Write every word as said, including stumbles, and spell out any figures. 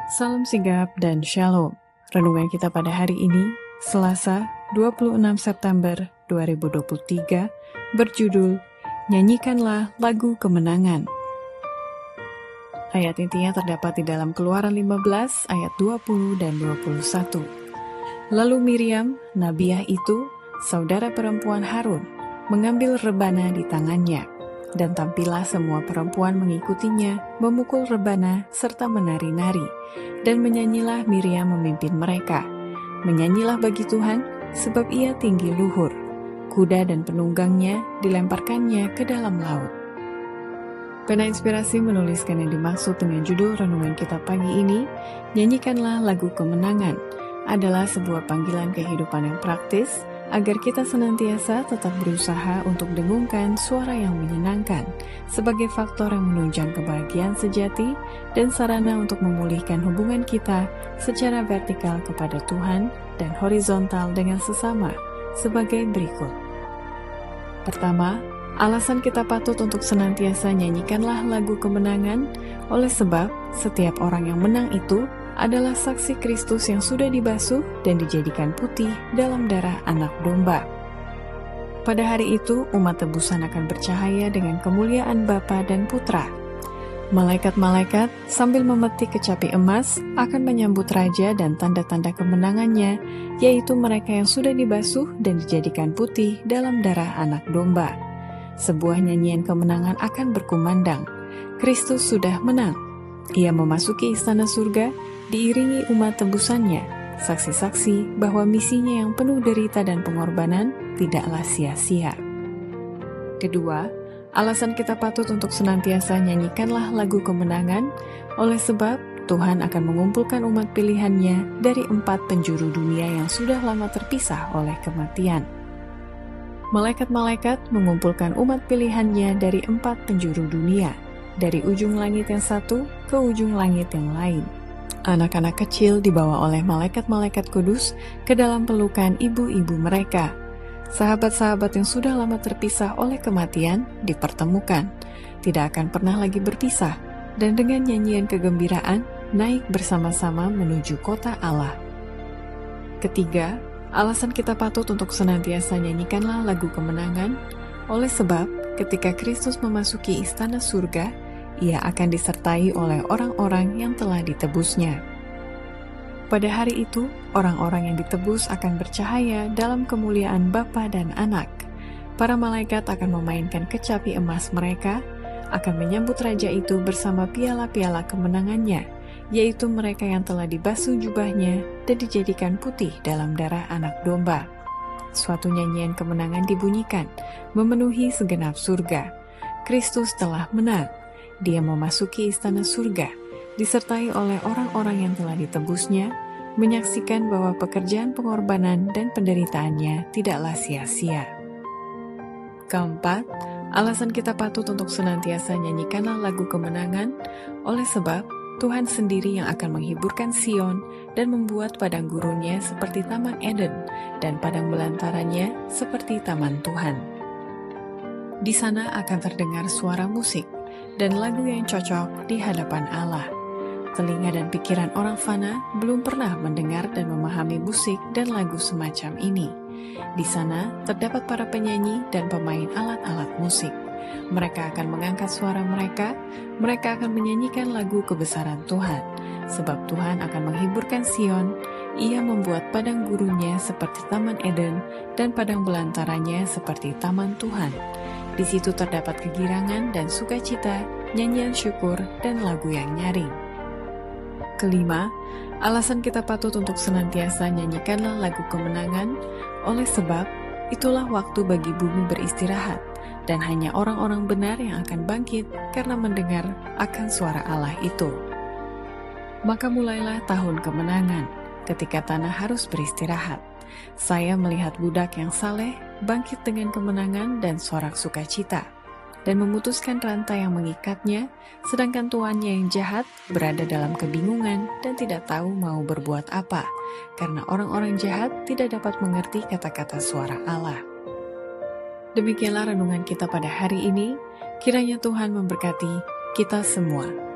Salam sigap dan shalom. Renungan kita pada hari ini, Selasa dua puluh enam September dua ribu dua puluh tiga, berjudul Nyanyikanlah Lagu Kemenangan. Ayat intinya terdapat di dalam Keluaran lima belas ayat dua puluh dan dua puluh satu. Lalu Miriam, nabiah itu, saudara perempuan Harun, mengambil rebana di tangannya, dan tampillah semua perempuan mengikutinya, memukul rebana serta menari-nari, dan menyanyilah Miriam memimpin mereka. Menyanyilah bagi Tuhan, sebab ia tinggi luhur. Kuda dan penunggangnya dilemparkannya ke dalam laut. Pena Inspirasi menuliskan yang dimaksud dengan judul renungan kita pagi ini, Nyanyikanlah Lagu Kemenangan, adalah sebuah panggilan kehidupan yang praktis, agar kita senantiasa tetap berusaha untuk dengungkan suara yang menyenangkan sebagai faktor yang menunjang kebahagiaan sejati dan sarana untuk memulihkan hubungan kita secara vertikal kepada Tuhan dan horizontal dengan sesama sebagai berikut. Pertama, alasan kita patut untuk senantiasa nyanyikanlah lagu kemenangan oleh sebab setiap orang yang menang itu adalah saksi Kristus yang sudah dibasuh dan dijadikan putih dalam darah anak domba. Pada hari itu, umat tebusan akan bercahaya dengan kemuliaan Bapa dan Putra. Malaikat-malaikat sambil memetik kecapi emas akan menyambut Raja dan tanda-tanda kemenangannya, yaitu mereka yang sudah dibasuh dan dijadikan putih dalam darah anak domba. Sebuah nyanyian kemenangan akan berkumandang, Kristus sudah menang. Ia memasuki istana surga, diiringi umat tebusannya, saksi-saksi bahwa misinya yang penuh derita dan pengorbanan tidaklah sia-sia. Kedua, alasan kita patut untuk senantiasa nyanyikanlah lagu kemenangan, oleh sebab Tuhan akan mengumpulkan umat pilihannya dari empat penjuru dunia yang sudah lama terpisah oleh kematian. Malaikat-malaikat mengumpulkan umat pilihannya dari empat penjuru dunia, dari ujung langit yang satu ke ujung langit yang lain. Anak-anak kecil dibawa oleh malaikat-malaikat kudus ke dalam pelukan ibu-ibu mereka. Sahabat-sahabat yang sudah lama terpisah oleh kematian dipertemukan, tidak akan pernah lagi berpisah, dan dengan nyanyian kegembiraan naik bersama-sama menuju kota Allah. Ketiga, alasan kita patut untuk senantiasa nyanyikanlah lagu kemenangan, oleh sebab ketika Kristus memasuki istana surga, Ia akan disertai oleh orang-orang yang telah ditebusnya. Pada hari itu, orang-orang yang ditebus akan bercahaya dalam kemuliaan Bapa dan Anak. Para malaikat akan memainkan kecapi emas mereka, akan menyambut Raja itu bersama piala-piala kemenangannya, yaitu mereka yang telah dibasuh jubahnya dan dijadikan putih dalam darah anak domba. Suatu nyanyian kemenangan dibunyikan, memenuhi segenap surga. Kristus telah menang. Dia memasuki istana surga, disertai oleh orang-orang yang telah ditebusnya, menyaksikan bahwa pekerjaan pengorbanan dan penderitaannya tidaklah sia-sia. Keempat, alasan kita patut untuk senantiasa nyanyikanlah lagu kemenangan, oleh sebab Tuhan sendiri yang akan menghiburkan Sion dan membuat padang gurunnya seperti Taman Eden dan padang belantaranya seperti Taman Tuhan. Di sana akan terdengar suara musik dan lagu yang cocok di hadapan Allah. Telinga dan pikiran orang fana belum pernah mendengar dan memahami musik dan lagu semacam ini. Di sana terdapat para penyanyi dan pemain alat-alat musik. Mereka akan mengangkat suara mereka, mereka akan menyanyikan lagu kebesaran Tuhan. Sebab Tuhan akan menghiburkan Sion, Ia membuat padang gurunnya seperti Taman Eden dan padang belantaranya seperti Taman Tuhan. Di situ terdapat kegirangan dan sukacita, nyanyian syukur, dan lagu yang nyaring. Kelima, alasan kita patut untuk senantiasa nyanyikanlah lagu kemenangan, oleh sebab itulah waktu bagi bumi beristirahat, dan hanya orang-orang benar yang akan bangkit karena mendengar akan suara Allah itu. Maka mulailah tahun kemenangan, ketika tanah harus beristirahat. Saya melihat budak yang saleh bangkit dengan kemenangan dan sorak sukacita, dan memutuskan rantai yang mengikatnya, sedangkan tuannya yang jahat berada dalam kebingungan dan tidak tahu mau berbuat apa, karena orang-orang jahat tidak dapat mengerti kata-kata suara Allah. Demikianlah renungan kita pada hari ini. Kiranya Tuhan memberkati kita semua.